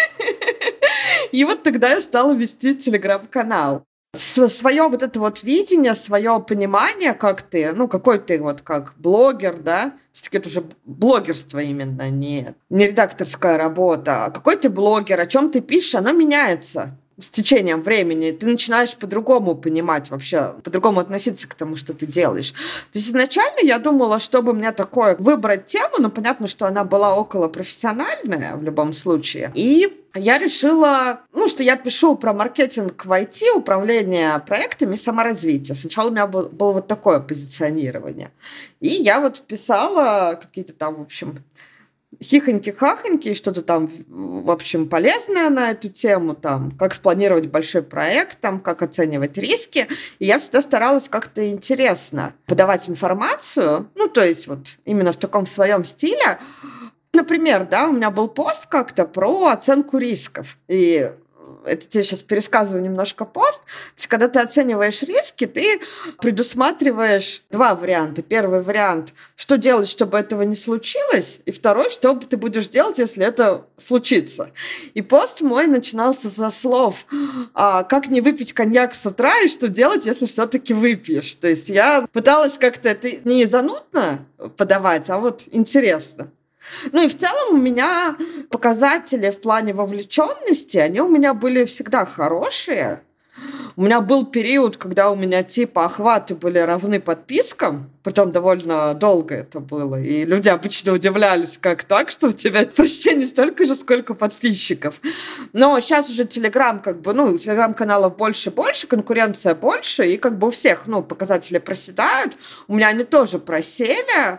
И вот тогда я стала вести телеграм-канал. Свое вот это вот видение, свое понимание, как ты, ну, какой ты вот как блогер, да, все-таки это уже блогерство именно, не, не редакторская работа, а какой ты блогер, о чем ты пишешь, оно меняется с течением времени. Ты начинаешь по-другому понимать вообще, по-другому относиться к тому, что ты делаешь. То есть изначально я думала, чтобы мне такое выбрать тему, но понятно, что она была около профессиональная в любом случае. И я решила, ну, что я пишу про маркетинг в ай ти, управление проектами, саморазвитие. Сначала у меня было, было вот такое позиционирование. И я вот писала какие-то там, в общем, хихоньки-хахоньки, что-то там, в общем, полезное на эту тему, там, как спланировать большой проект, там, как оценивать риски. И я всегда старалась как-то интересно подавать информацию, ну, то есть вот именно в таком своем стиле. Например, да, у меня был пост как-то про оценку рисков. И это тебе сейчас пересказываю немножко пост. То есть, когда ты оцениваешь риски, ты предусматриваешь два варианта. Первый вариант, что делать, чтобы этого не случилось, и второй, что ты будешь делать, если это случится. И пост мой начинался со слов а, «Как не выпить коньяк с утра, и что делать, если все-таки выпьешь». То есть я пыталась как-то это не занудно подавать, а вот интересно. Ну и в целом у меня показатели в плане вовлеченности, они у меня были всегда хорошие. У меня был период, когда у меня типа охваты были равны подпискам, притом довольно долго это было, и люди обычно удивлялись, как так, что у тебя прочтений столько же, сколько подписчиков. Но сейчас уже Телеграм, как бы, ну, Телеграм-каналов больше и больше, конкуренция больше, и как бы у всех, ну, показатели проседают. У меня они тоже просели,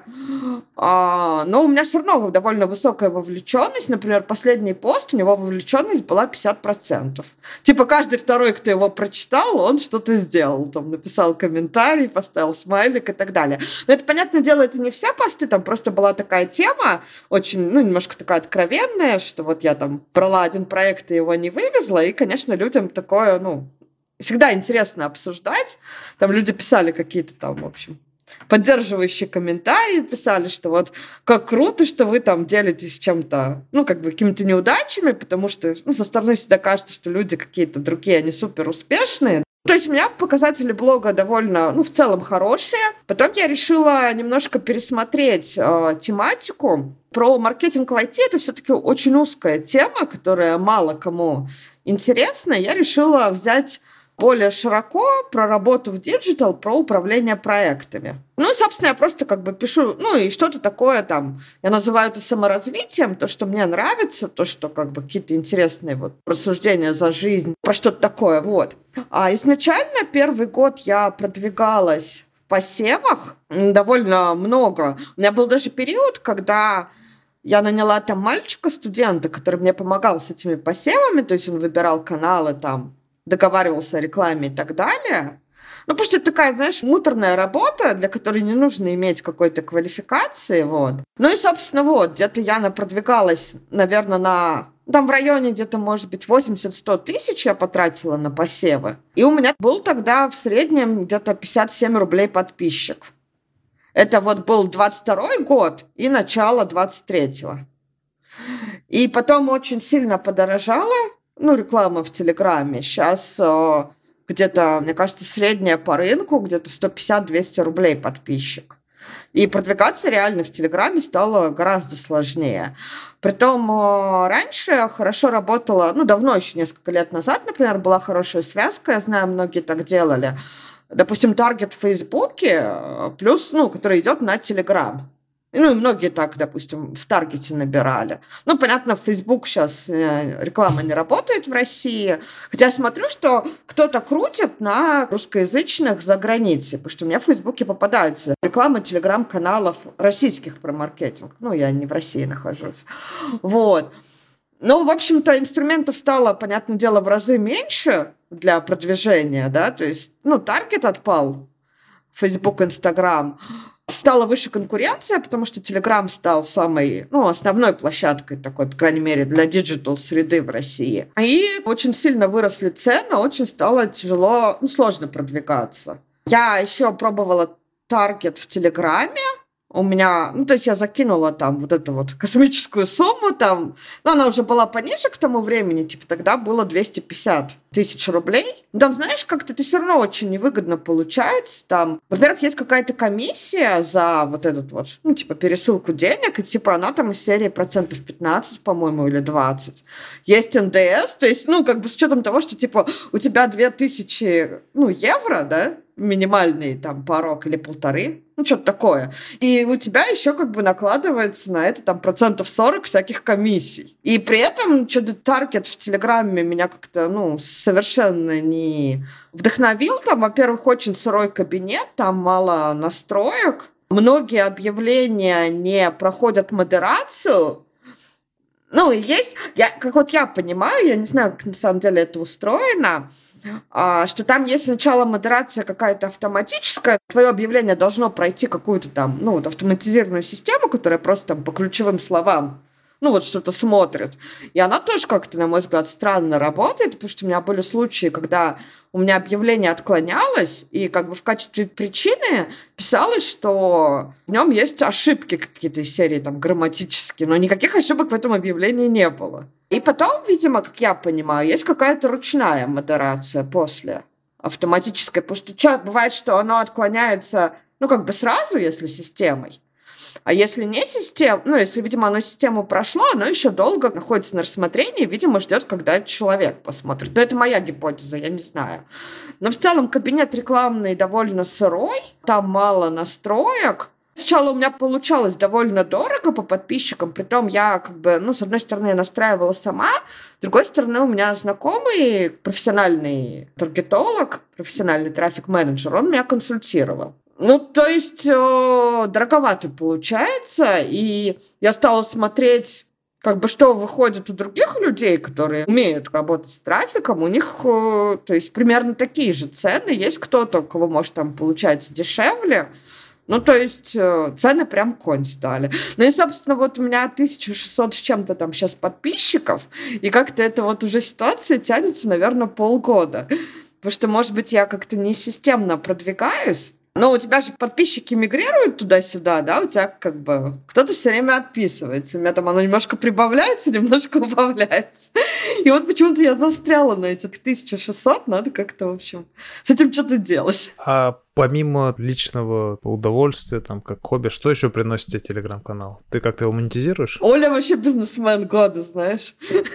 а, но у меня все равно довольно высокая вовлеченность. Например, последний пост, у него вовлеченность была пятьдесят процентов. Типа каждый второй, кто его прочитал, он что-то сделал. Там написал комментарий, поставил смайлик и так далее. Но это, понятное дело, это не все посты, там просто была такая тема, очень, ну, немножко такая откровенная, что вот я там брала один проект и его не вывезла, и, конечно, людям такое, ну, всегда интересно обсуждать. Там люди писали какие-то там, в общем, поддерживающие комментарии, писали, что вот как круто, что вы там делитесь чем-то, ну, как бы какими-то неудачами, потому что, ну, со стороны всегда кажется, что люди какие-то другие, они супер успешные. То есть у меня показатели блога довольно, ну, в целом хорошие. Потом я решила немножко пересмотреть э, тематику. Про маркетинг в ай ти это все-таки очень узкая тема, которая мало кому интересна. Я решила взять более широко про работу в диджитал, про управление проектами. Ну, и, собственно, я просто как бы пишу, ну, и что-то такое там, я называю это саморазвитием, то, что мне нравится, то, что как бы какие-то интересные вот рассуждения за жизнь, про что-то такое, вот. А изначально первый год я продвигалась в посевах довольно много. У меня был даже период, когда я наняла там мальчика-студента, который мне помогал с этими посевами, то есть он выбирал каналы там, договаривался о рекламе и так далее. Ну, потому что это такая, знаешь, муторная работа, для которой не нужно иметь какой-то квалификации, вот. Ну и, собственно, вот, где-то я продвигалась, наверное, на... Там в районе где-то, может быть, восемьдесят-сто тысяч я потратила на посевы. И у меня был тогда в среднем где-то пятьдесят семь рублей подписчик. Это вот был двадцать второй год и начало двадцать третьего. И потом очень сильно подорожала, ну, реклама в Телеграме. Сейчас... где-то, мне кажется, средняя по рынку, где-то сто пятьдесят - двести рублей подписчик. И продвигаться реально в Телеграме стало гораздо сложнее. Притом раньше хорошо работала, ну, давно, еще несколько лет назад, например, была хорошая связка, я знаю, многие так делали. Допустим, таргет в Фейсбуке, плюс, ну, который идет на Телеграм. Ну, и многие так, допустим, в таргете набирали. Ну, понятно, в Facebook сейчас реклама не работает в России. Хотя я смотрю, что кто-то крутит на русскоязычных за границей, потому что у меня в Фейсбуке попадается реклама телеграм-каналов российских про маркетинг. Ну, я не в России нахожусь. Вот. Ну, в общем-то, инструментов стало, понятное дело, в разы меньше для продвижения, да, то есть, ну, таргет отпал, Facebook, Instagram. Стала выше конкуренция, потому что Telegram стал самой, ну, основной площадкой такой, по крайней мере, для диджитал-среды в России. И очень сильно выросли цены, очень стало тяжело, ну, сложно продвигаться. Я еще пробовала таргет в Телеграме. У меня, ну, то есть я закинула там вот эту вот космическую сумму там, но она уже была пониже к тому времени, типа тогда было двести пятьдесят тысяч рублей. Там, знаешь, как-то это все равно очень невыгодно получается. Там, во-первых, есть какая-то комиссия за вот этот вот, ну, типа пересылку денег, и типа она там из серии процентов пятнадцать, по-моему, или двадцать. Есть эн дэ эс, то есть, ну, как бы с учетом того, что типа у тебя две тысячи, ну, евро, да, минимальный там порог или полторы, ну, что-то такое. И у тебя еще как бы накладывается на это там процентов сорок всяких комиссий. И при этом что-то таргет в Телеграме меня как-то, ну, совершенно не вдохновил. Там, во-первых, очень сырой кабинет, там мало настроек. Многие объявления не проходят модерацию. Ну, и есть, я, как вот я понимаю, я не знаю, как на самом деле это устроено, а, что там есть сначала модерация какая-то автоматическая, твое объявление должно пройти какую-то там, ну, вот автоматизированную систему, которая просто там по ключевым словам, ну, вот что-то смотрит. И она тоже как-то, на мой взгляд, странно работает, потому что у меня были случаи, когда у меня объявление отклонялось, и как бы в качестве причины писалось, что в нем есть ошибки какие-то из серии там грамматические, но никаких ошибок в этом объявлении не было. И потом, видимо, как я понимаю, есть какая-то ручная модерация после автоматической, потому что часто бывает, что оно отклоняется, ну, как бы сразу, если системой. А если не система, ну, если, видимо, оно систему прошло, оно еще долго находится на рассмотрении, видимо, ждет, когда человек посмотрит. Но это моя гипотеза, я не знаю. Но в целом кабинет рекламный довольно сырой, там мало настроек. Сначала у меня получалось довольно дорого по подписчикам, притом я как бы, ну, с одной стороны, настраивала сама, с другой стороны, у меня знакомый профессиональный таргетолог, профессиональный трафик-менеджер, он меня консультировал. Ну, то есть, э, дороговато получается, и я стала смотреть, как бы, что выходит у других людей, которые умеют работать с трафиком, у них, э, то есть, примерно такие же цены, есть кто-то, у кого, может, там, получается дешевле, ну, то есть, э, цены прям конь стали. Ну, и, собственно, вот у меня тысяча шестьсот с чем-то там сейчас подписчиков, и как-то эта вот уже ситуация тянется, наверное, полгода, потому что, может быть, я как-то не системно продвигаюсь. Но у тебя же подписчики мигрируют туда-сюда, да, у тебя как бы кто-то все время отписывается. У меня там оно немножко прибавляется, немножко убавляется. И вот почему-то я застряла на этих тысяча шестьсот, надо как-то, в общем, с этим что-то делать. А помимо личного удовольствия, там, как хобби, что еще приносит тебе телеграм-канал? Ты как-то его монетизируешь? Оля вообще бизнесмен года, знаешь.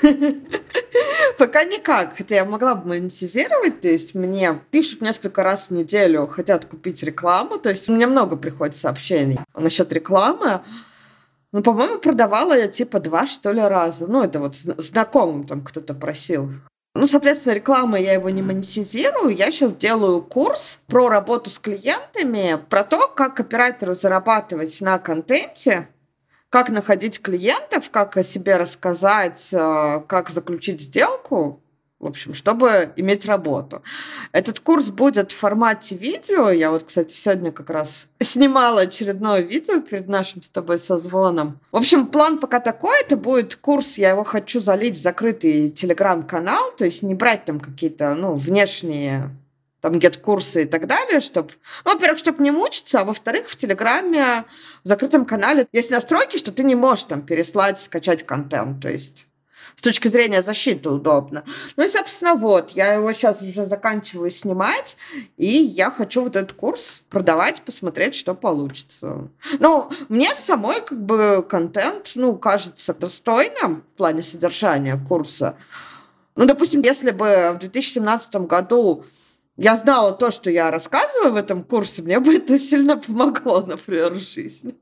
Пока никак, хотя я могла бы монетизировать, то есть мне пишут несколько раз в неделю, хотят купить рекламу, то есть мне много приходит сообщений насчет рекламы. Ну, по-моему, продавала я типа два, что ли, раза. Ну, это вот знакомым там кто-то просил. Ну, соответственно, реклама я его не монетизирую. Я сейчас делаю курс про работу с клиентами, про то, как копирайтеру зарабатывать на контенте, как находить клиентов, как о себе рассказать, как заключить сделку. в общем, чтобы иметь работу. Этот курс будет в формате видео. Я вот, кстати, сегодня как раз снимала очередное видео перед нашим с тобой созвоном. В общем, план пока такой. Это будет курс, я его хочу залить в закрытый телеграм-канал, то есть не брать там какие-то, ну, внешние там гет-курсы и так далее, чтобы, ну, во-первых, чтобы не мучиться, а во-вторых, в Телеграме, в закрытом канале есть настройки, что ты не можешь там переслать, скачать контент, то есть с точки зрения защиты удобно. Ну и, собственно, вот, я его сейчас уже заканчиваю снимать, и я хочу вот этот курс продавать, посмотреть, что получится. Ну, мне самой как бы контент, ну, кажется достойным в плане содержания курса. Ну, допустим, если бы в две тысячи семнадцатом году я знала то, что я рассказываю в этом курсе, мне бы это сильно помогло, например, в жизни.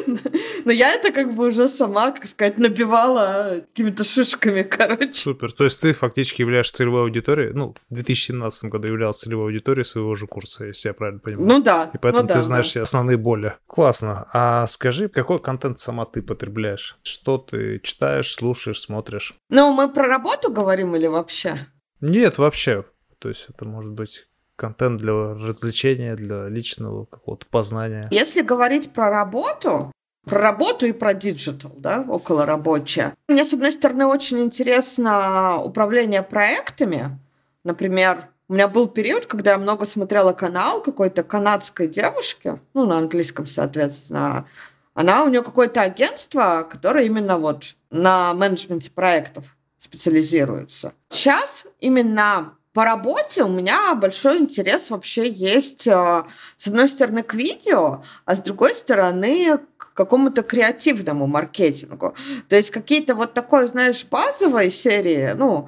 Но я это как бы уже сама, как сказать, набивала какими-то шишками, короче. Супер. То есть ты фактически являешься целевой аудиторией, ну, в две тысячи семнадцатом году являлась целевой аудиторией своего же курса, если я правильно понимаю. Ну да. И поэтому ну, ты да, знаешь да. все основные боли. Классно. А скажи, какой контент сама ты потребляешь? Что ты читаешь, слушаешь, смотришь? Ну, мы про работу говорим или вообще? Нет, вообще. То есть это может быть контент для развлечения, для личного какого-то познания. Если говорить про работу, про работу и про диджитал, да, околорабочее. Мне, с одной стороны, очень интересно управление проектами. Например, у меня был период, когда я много смотрела канал какой-то канадской девушки, ну, на английском, соответственно. Она, у нее какое-то агентство, которое именно вот на менеджменте проектов специализируется. Сейчас именно по работе у меня большой интерес вообще есть, с одной стороны, к видео, а с другой стороны, к какому-то креативному маркетингу. То есть какие-то вот такой, знаешь, базовые серии, ну,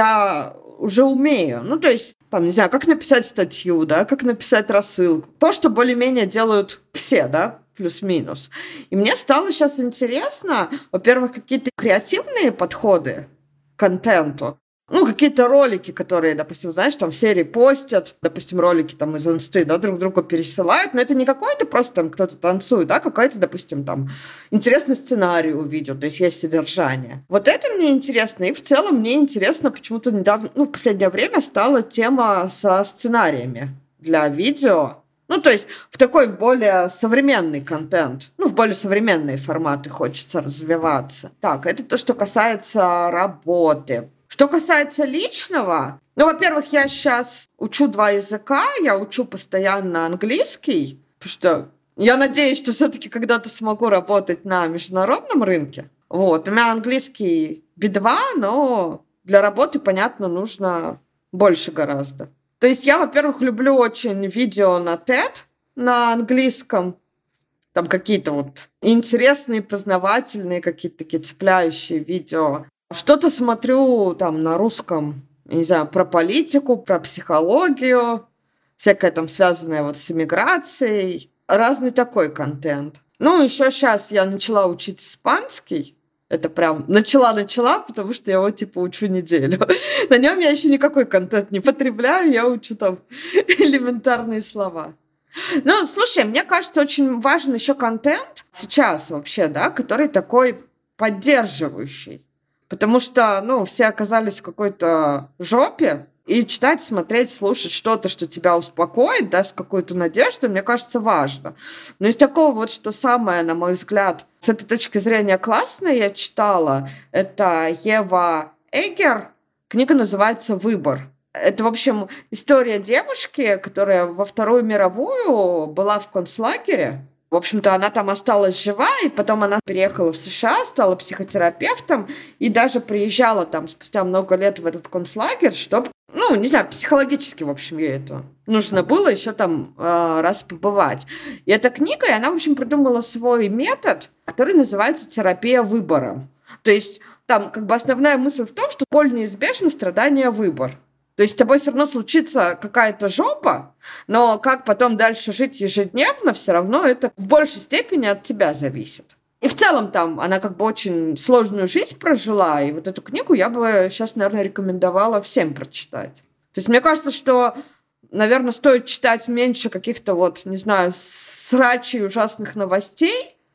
я уже умею. Ну, то есть, там, не знаю, как написать статью, да, как написать рассылку. То, что более-менее делают все, да, плюс-минус. И мне стало сейчас интересно, во-первых, какие-то креативные подходы к контенту. Ну, какие-то ролики, которые, допустим, знаешь, там в серии постят, допустим, ролики там из инсты, да, друг другу пересылают, но это не какой-то просто там кто-то танцует, да, какой-то, допустим, там интересный сценарий увидел, то есть есть содержание. Вот это мне интересно, и в целом мне интересно почему-то недавно, ну, в последнее время стала тема со сценариями для видео. Ну, то есть в такой более современный контент, ну, в более современные форматы хочется развиваться. Так, это то, что касается работы. Что касается личного, ну, во-первых, я сейчас учу два языка, я учу постоянно английский, потому что я надеюсь, что все-таки когда-то смогу работать на международном рынке. Вот, у меня английский би два, но для работы, понятно, нужно больше гораздо. То есть я, во-первых, люблю очень видео на тед на английском, там какие-то вот интересные, познавательные, какие-то такие цепляющие видео. Что-то смотрю там на русском, не знаю, про политику, про психологию, всякое там связанное вот с эмиграцией, разный такой контент. Ну, еще сейчас я начала учить испанский. Это прям начала-начала, потому что я его типа учу неделю. На нем я еще никакой контент не потребляю, я учу там элементарные слова. Ну, слушай, мне кажется, очень важен еще контент сейчас вообще, да, который такой поддерживающий. Потому что, ну, все оказались в какой-то жопе, и читать, смотреть, слушать что-то, что тебя успокоит, даст какую-то надежду, мне кажется, важно. Но из такого вот, что самое, на мой взгляд, с этой точки зрения классное я читала, это Ева Эггер, книга называется «Выбор». Это, в общем, история девушки, которая во Вторую мировую была в концлагере. В общем-то, она там осталась жива, и потом она переехала в США, стала психотерапевтом, и даже приезжала там спустя много лет в этот концлагерь, чтобы, ну, не знаю, психологически, в общем, ей это нужно было еще там э, раз побывать. И эта книга, и она, в общем, придумала свой метод, который называется терапия выбора. То есть там как бы основная мысль в том, что боль неизбежна, страдание – выбор. То есть с тобой все равно случится какая-то жопа, но как потом дальше жить ежедневно, все равно это в большей степени от тебя зависит. И в целом там она как бы очень сложную жизнь прожила, и вот эту книгу я бы сейчас, наверное, рекомендовала всем прочитать. То есть мне кажется, что, наверное, стоит читать меньше каких-то вот, не знаю, срачей ужасных новостей,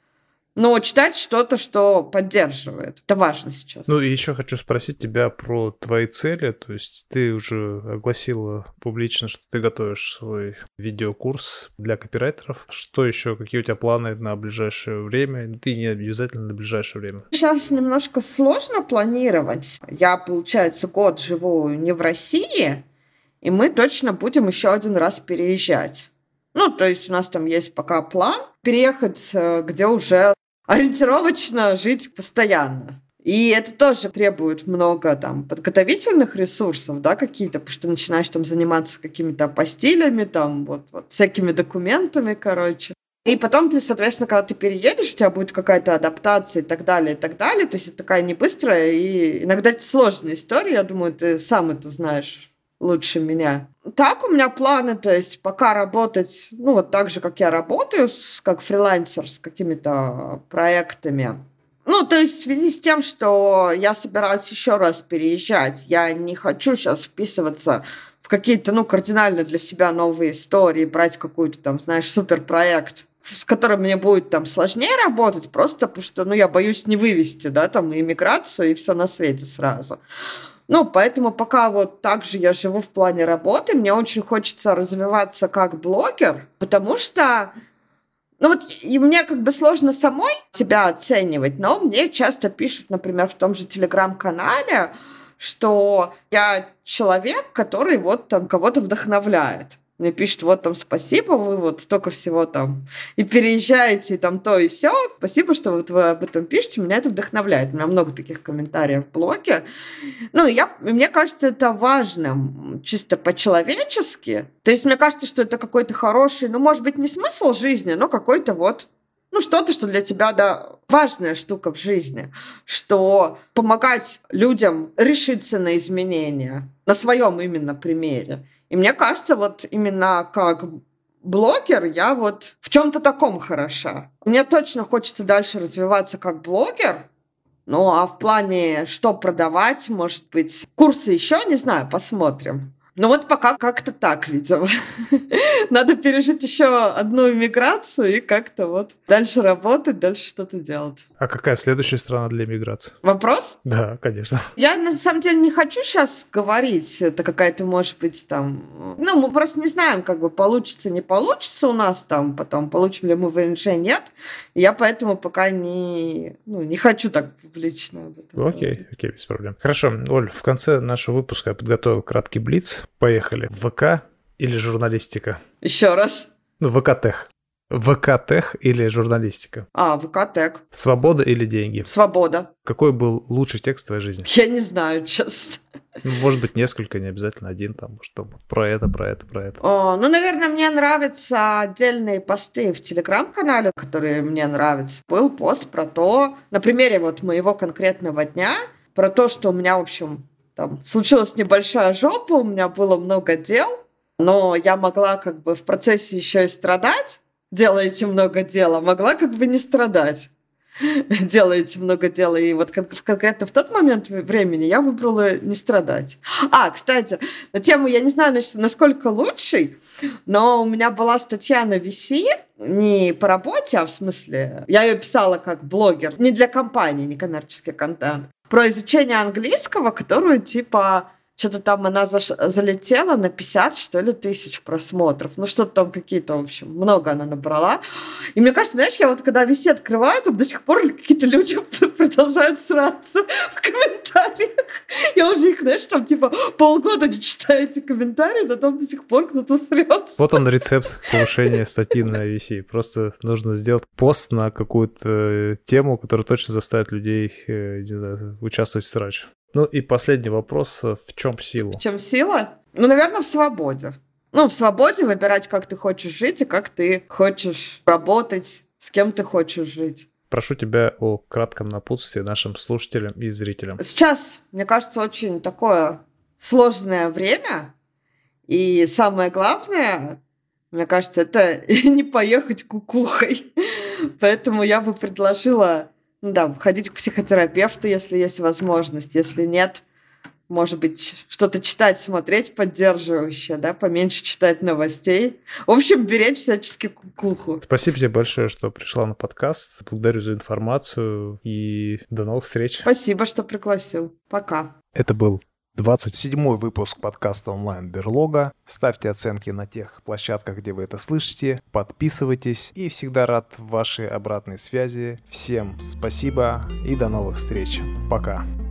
Но читать что-то, что поддерживает. Это важно сейчас. Ну, и еще хочу спросить тебя про твои цели. То есть ты уже огласила публично, что ты готовишь свой видеокурс для копирайтеров. Что еще? Какие у тебя планы на ближайшее время? Ты не обязательно на ближайшее время. Сейчас немножко сложно планировать. Я, получается, год живу не в России, и мы точно будем еще один раз переезжать. Ну, то есть у нас там есть пока план переехать, где уже ориентировочно жить постоянно. И это тоже требует много там подготовительных ресурсов, да, какие-то, потому что начинаешь там заниматься какими-то апостилями, там вот, вот всякими документами, короче. И потом ты, соответственно, когда ты переедешь, у тебя будет какая-то адаптация и так далее, и так далее. То есть это такая не быстрая и иногда это сложная история. Я думаю, ты сам это знаешь лучше меня. Так у меня планы, то есть пока работать, ну вот так же, как я работаю, с, как фрилансер с какими-то проектами. Ну, то есть в связи с тем, что я собираюсь еще раз переезжать, я не хочу сейчас вписываться в какие-то, ну, кардинально для себя новые истории, брать какой-то там, знаешь, суперпроект, с которым мне будет там сложнее работать, просто потому что, ну, я боюсь не вывести, да, там, и иммиграцию, и все на свете сразу. Ну, поэтому пока вот так же я живу в плане работы, мне очень хочется развиваться как блогер, потому что, ну вот и мне как бы сложно самой себя оценивать, но мне часто пишут, например, в том же Телеграм-канале, что я человек, который вот там кого-то вдохновляет. Мне пишут, вот там спасибо, вы вот столько всего там и переезжаете, и там то и сё. Спасибо, что вот вы об этом пишете, меня это вдохновляет. У меня много таких комментариев в блоге. Ну, я, мне кажется, это важным, чисто по-человечески. То есть мне кажется, что это какой-то хороший, ну, может быть, не смысл жизни, но какой-то вот, ну, что-то, что для тебя, да, важная штука в жизни, что помогать людям решиться на изменения, на своем именно примере. И мне кажется, вот именно как блогер я вот в чем-то таком хороша. Мне точно хочется дальше развиваться как блогер, ну, а в плане, что продавать, может быть, курсы еще, не знаю, посмотрим. Ну вот пока как-то так, видимо. Надо пережить еще одну иммиграцию и как-то вот дальше работать, дальше что-то делать. А какая следующая страна для иммиграции? Вопрос? Да, конечно. Я на самом деле не хочу сейчас говорить, это какая-то, может быть, там... Ну, мы просто не знаем, как бы получится, не получится у нас там, потом получим ли мы ВНЖ, нет. Я поэтому пока не, ну, не хочу так публично об этом Окей, говорить. окей, без проблем. Хорошо, Оль, в конце нашего выпуска я подготовил краткий блиц. Поехали. ВК или журналистика? Еще раз. Ну, ВК-тех. ВК-тех или журналистика? А, ВК-тех. Свобода или деньги? Свобода. Какой был лучший текст в твоей жизни? Я не знаю, честно. Ну, может быть, несколько, не обязательно один, там, что про это, про это, про это. О, ну, наверное, мне нравятся отдельные посты в Телеграм-канале, которые мне нравятся. Был пост про то, на примере вот моего конкретного дня, про то, что у меня, в общем, там случилась небольшая жопа, у меня было много дел, но я могла как бы в процессе еще и страдать, делаете много дела, могла как бы не страдать. Делаете много дела. И вот кон- конкретно в тот момент времени я выбрала не страдать. А, кстати, на тему, я не знаю, насколько лучший, но у меня была статья на ви си, не по работе, а в смысле, я ее писала как блогер, не для компании, не коммерческий контент, про изучение английского, которую типа... Что-то там она заш- залетела на пятьдесят, что ли, тысяч просмотров. Ну, что-то там какие-то, в общем, много она набрала. И мне кажется, знаешь, я вот когда ви си открываю, там до сих пор какие-то люди продолжают сраться в комментариях. Я уже их, знаешь, там типа полгода не читаю эти комментарии, но там до сих пор кто-то срется. Вот он рецепт повышения статьи на ви си. Просто нужно сделать пост на какую-то тему, которая точно заставит людей, не знаю, участвовать в сраче. Ну и последний вопрос. В чем сила? В чем сила? Ну, наверное, в свободе. Ну, в свободе выбирать, как ты хочешь жить и как ты хочешь работать, с кем ты хочешь жить. Прошу тебя о кратком напутствии нашим слушателям и зрителям. Сейчас, мне кажется, очень такое сложное время. И самое главное, мне кажется, это не поехать кукухой. Поэтому я бы предложила... Ну да, ходить к психотерапевту, если есть возможность. Если нет, может быть, что-то читать, смотреть поддерживающее, да, поменьше читать новостей. В общем, беречь всячески кукуху. Спасибо тебе большое, что пришла на подкаст. Благодарю за информацию и до новых встреч. Спасибо, что пригласил. Пока. Это был двадцать седьмой выпуск подкаста «Онлайн Берлога». Ставьте оценки на тех площадках, где вы это слышите. Подписывайтесь. И всегда рад вашей обратной связи. Всем спасибо и до новых встреч. Пока.